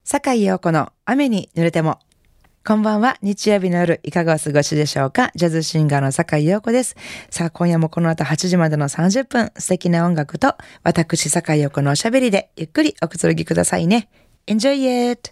坂井陽子の雨に濡れても。こんばんは。日曜日の夜いかがお過ごしでしょうか。ジャズシンガーの坂井陽子です。さあ、今夜もこの後8時までの30分、素敵な音楽と私坂井陽子のおしゃべりでゆっくりおくつろぎくださいね。Enjoy it!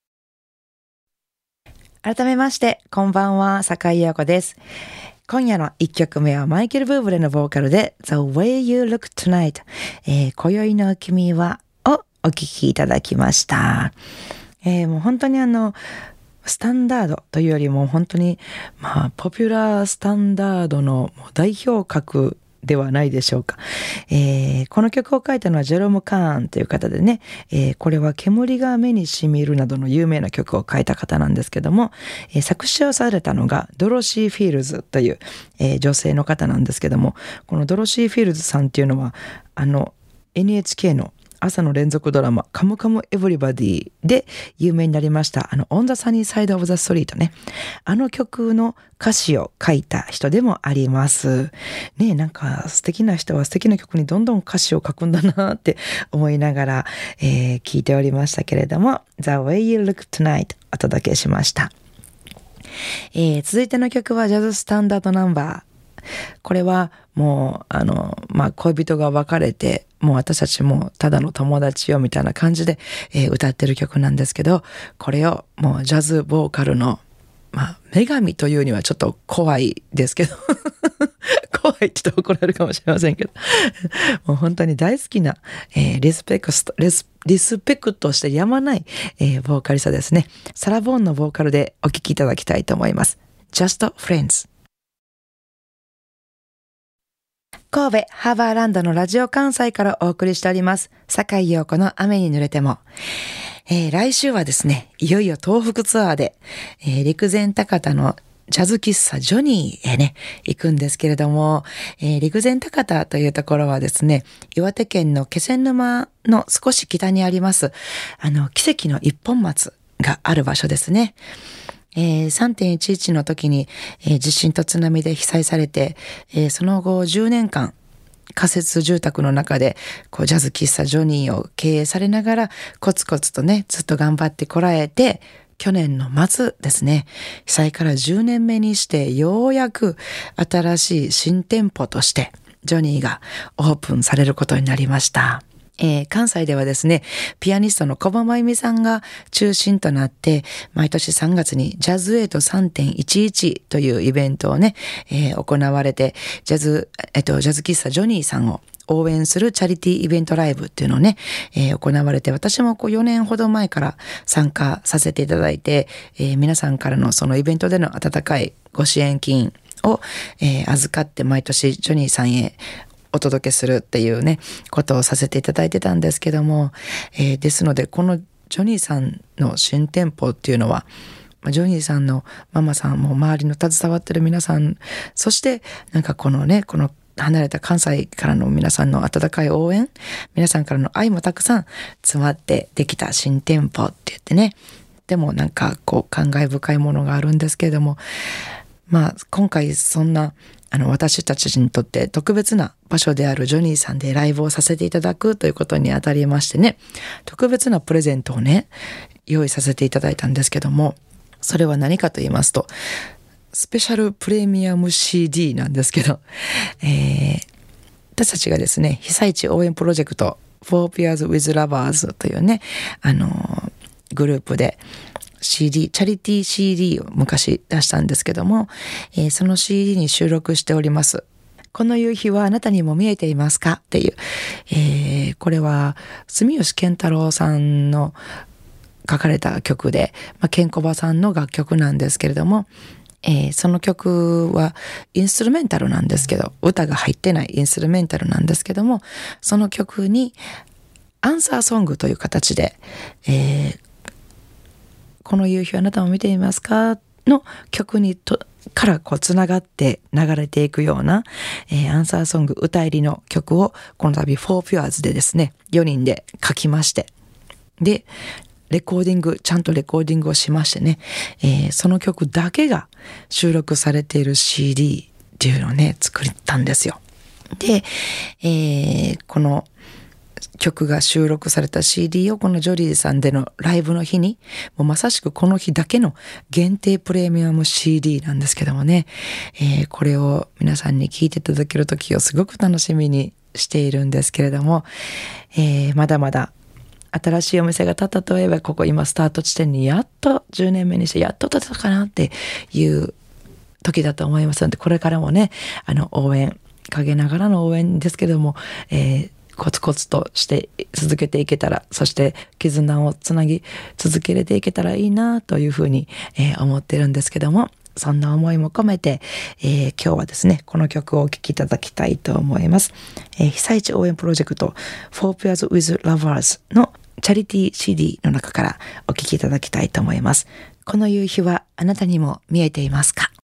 改めまして、こんばんは。坂井陽子です。今夜の1曲目はマイケル・ブーブレのボーカルで The Way You Look Tonight、今宵の君はをお聴きいただきました。もう本当にスタンダードというよりも本当にポピュラースタンダードの代表格ではないでしょうか。この曲を書いたのはジェロム・カーンという方でね、これは煙が目にしみるなどの有名な曲を書いた方なんですけども、作詞をされたのがドロシー・フィールズという、女性の方なんですけども、このドロシー・フィールズさんっていうのはNHK の朝の連続ドラマカムカムエヴリバディで有名になりましたオンザサニーサイドオブザストリートね、曲の歌詞を書いた人でもありますね。なんか素敵な人は素敵な曲にどんどん歌詞を書くんだなって思いながら、聞いておりましたけれども、 The Way You Look Tonight お届けしました。続いての曲はジャズスタンダードナンバー。これはもう恋人が別れて、もう私たちもただの友達よみたいな感じで、歌ってる曲なんですけど、これをもうジャズボーカルの女神というにはちょっと怖いですけど怖いって言ったら怒られるかもしれませんけどもう本当に大好きな、リスペクトしてやまない、ボーカリストですね。サラ・ボーンのボーカルでお聴きいただきたいと思います。 Just Friends。神戸ハーバーランドのラジオ関西からお送りしております坂井陽子の雨に濡れても。来週はですね、いよいよ東北ツアーで、陸前高田のジャズ喫茶ジョニーへね行くんですけれども、陸前高田というところはですね、岩手県の気仙沼の少し北にあります奇跡の一本松がある場所ですね。3.11 の時に、地震と津波で被災されて、その後10年間仮設住宅の中でジャズ喫茶ジョニーを経営されながらコツコツとねずっと頑張ってこられて、去年の末ですね、被災から10年目にしてようやく新しい新店舗としてジョニーがオープンされることになりました。関西ではですね、ピアニストの小葉真由美さんが中心となって毎年3月にジャズエイト 3.11 というイベントをね、行われて、ジャズ喫茶ジョニーさんを応援するチャリティーイベントライブっていうのをね、行われて、私も4年ほど前から参加させていただいて、皆さんからのそのイベントでの温かいご支援金を、預かって毎年ジョニーさんへお届けするっていうねことをさせていただいてたんですけども、ですのでこのジョニーさんの新店舗っていうのは、ジョニーさんのママさんも周りの携わってる皆さん、そしてなんかこの離れた関西からの皆さんの温かい応援、皆さんからの愛もたくさん詰まってできた新店舗って言ってね、でもなんか感慨深いものがあるんですけれども、今回そんな私たちにとって特別な場所であるジョニーさんでライブをさせていただくということにあたりましてね、特別なプレゼントをね用意させていただいたんですけども、それは何かと言いますとスペシャルプレミアム CD なんですけど、私たちがですね被災地応援プロジェクト For Peers with Lovers というねグループでCD、チャリティー CD を昔出したんですけども、その CD に収録しております。この夕日はあなたにも見えていますかっていう、これは住吉健太郎さんの書かれた曲で、ケンコバさんの楽曲なんですけれども、その曲はインストゥルメンタルなんですけど、歌が入ってないインストゥルメンタルなんですけども、その曲にアンサーソングという形で、この夕日あなたも見ていますかの曲にからつながって流れていくような、アンサーソング歌入りの曲をこの度 For Peers でですね4人で書きまして、でちゃんとレコーディングをしましてね、その曲だけが収録されている CD っていうのをね作ったんですよ。で、この曲が収録された CD をこのジョリーさんでのライブの日に、もうまさしくこの日だけの限定プレミアム CD なんですけどもね、これを皆さんに聴いていただける時をすごく楽しみにしているんですけれども、まだまだ新しいお店が建ったといえば、ここ今スタート地点にやっと10年目にしてやっと建てたかなっていう時だと思いますので、これからもね、応援、陰ながらの応援ですけども、コツコツとして続けていけたら、そして絆をつなぎ続けていけたらいいなというふうに、思ってるんですけども、そんな思いも込めて、今日はですね、この曲をお聴きいただきたいと思います。被災地応援プロジェクト For Pairs with Lovers のチャリティー CD の中からお聴きいただきたいと思います。この夕日はあなたにも見えていますか？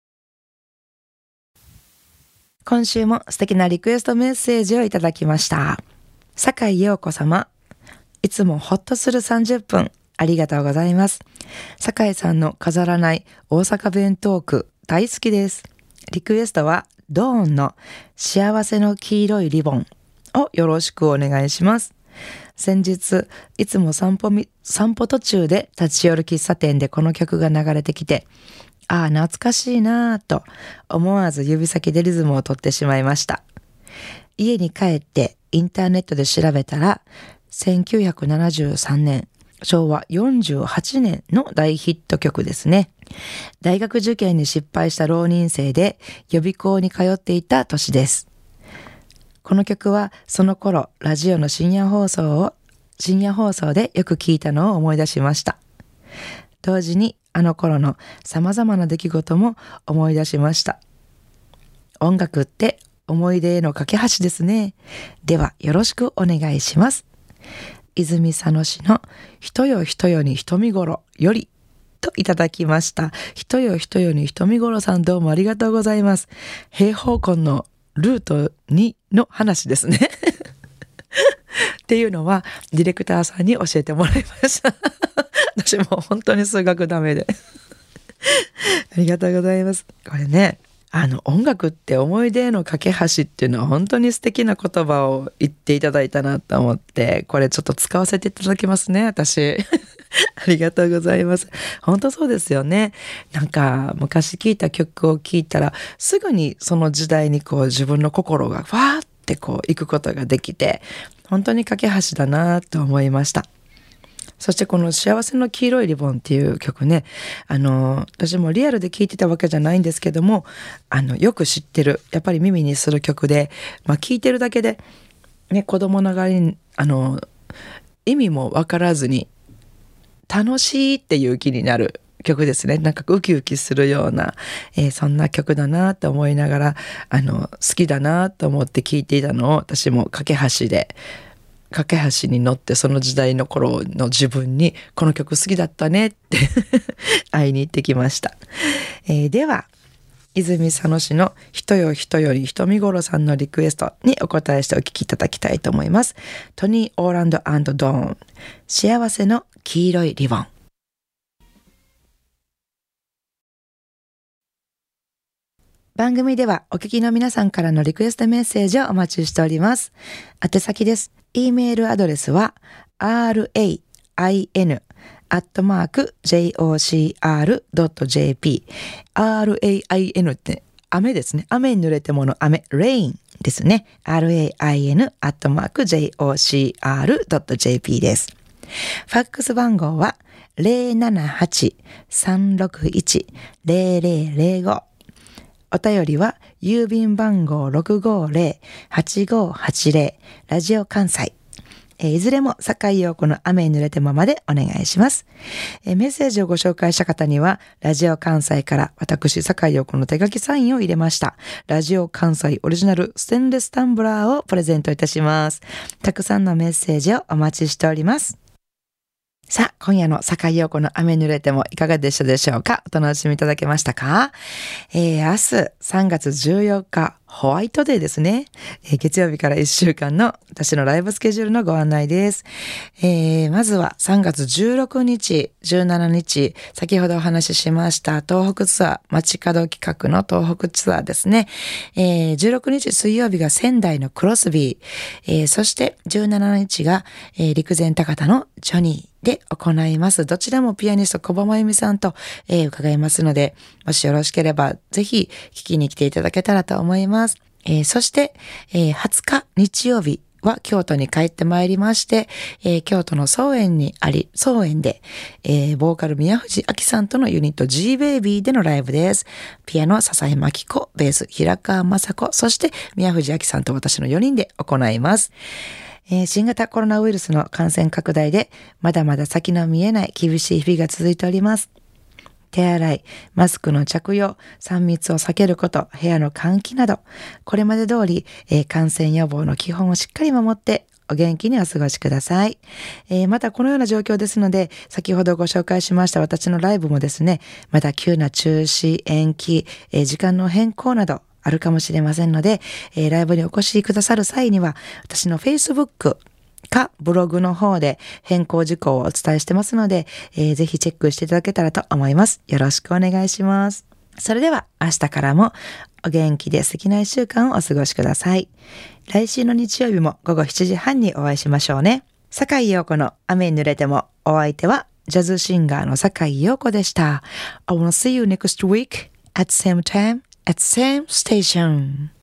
今週も素敵なリクエストメッセージをいただきました。坂井陽子様、いつもほっとする30分ありがとうございます。坂井さんの飾らない大阪弁トーク大好きです。リクエストはドーンの幸せの黄色いリボンをよろしくお願いします。先日いつも散歩途中で立ち寄る喫茶店でこの曲が流れてきて、ああ懐かしいなぁと思わず指先でリズムを取ってしまいました。家に帰ってインターネットで調べたら、1973年昭和48年の大ヒット曲ですね。大学受験に失敗した浪人生で予備校に通っていた年です。この曲はその頃ラジオの深夜放送でよく聞いたのを思い出しました。同時にあの頃の様々な出来事も思い出しました。音楽って思い出への架け橋ですね。ではよろしくお願いします。泉佐野市の人よ人よに瞳頃よりといただきました。人よ人よに瞳頃さん、どうもありがとうございます。平方根のルート2の話ですね。っていうのはディレクターさんに教えてもらいました。私も本当に数学ダメで。ありがとうございます。これね、音楽って思い出への架け橋っていうのは本当に素敵な言葉を言っていただいたなと思って、これちょっと使わせていただきますね、私。ありがとうございます。本当そうですよね。なんか昔聴いた曲を聴いたらすぐにその時代にこう自分の心がわーってこう行くことができて、本当に架け橋だなと思いました。そしてこの幸せの黄色いリボンっていう曲ね、私もリアルで聴いてたわけじゃないんですけども、よく知ってる、やっぱり耳にする曲で、聴いてるだけで、ね、子供ながらに、意味もわからずに、楽しいっていう気になる曲ですね。なんかウキウキするような、そんな曲だなと思いながら、好きだなと思って聴いていたのを、私も架け橋に乗ってその時代の頃の自分にこの曲好きだったねって会いに行ってきました。では泉佐野市の人よ人より瞳頃さんのリクエストにお答えしてお聞きいただきたいと思います。トニー・オーランド&ドーン、幸せの黄色いリボン。番組ではお聞きの皆さんからのリクエストメッセージをお待ちしております。宛先です。E メールアドレスは rain@jocr.jp。 rain って雨ですね。雨に濡れてもの雨、rain ですね。rain@jocr.jp です。ファックス番号は 078-361-0005。お便りは郵便番号 650-8580 ラジオ関西。いずれも坂井陽子の雨に濡れてもまでお願いします。メッセージをご紹介した方にはラジオ関西から私坂井陽子の手書きサインを入れましたラジオ関西オリジナルステンレスタンブラーをプレゼントいたします。たくさんのメッセージをお待ちしております。さあ、今夜の坂井陽子の雨濡れてもいかがでしたでしょうか。お楽しみいただけましたか。明日3月14日ホワイトデーですね。月曜日から1週間の私のライブスケジュールのご案内です。まずは3月16日、17日、先ほどお話ししました東北ツアー、街角企画の東北ツアーですね。16日水曜日が仙台のクロスビー、そして17日が、陸前高田のジョニーで行います。どちらもピアニスト小葉真由美さんと、伺いますので、もしよろしければぜひ聞きに来ていただけたらと思います。そして、20日日曜日は京都に帰ってまいりまして、京都の草園で、ボーカル宮藤明さんとのユニット G Baby でのライブです。ピアノ笹井真紀子、ベース平川雅子、そして宮藤明さんと私の4人で行います。新型コロナウイルスの感染拡大でまだまだ先の見えない厳しい日々が続いております。手洗い、マスクの着用、3密を避けること、部屋の換気など、これまで通り、感染予防の基本をしっかり守ってお元気にお過ごしください。またこのような状況ですので、先ほどご紹介しました私のライブもですね、また急な中止、延期、時間の変更などあるかもしれませんので、ライブにお越しくださる際には、私の Facebook かブログの方で変更事項をお伝えしてますので、ぜひチェックしていただけたらと思います。よろしくお願いします。それでは明日からもお元気で素敵な1週間をお過ごしください。来週の日曜日も午後7時半にお会いしましょうね。坂井陽子の雨に濡れても、お相手はジャズシンガーの坂井陽子でした。I wanna see you next week at same time at same station.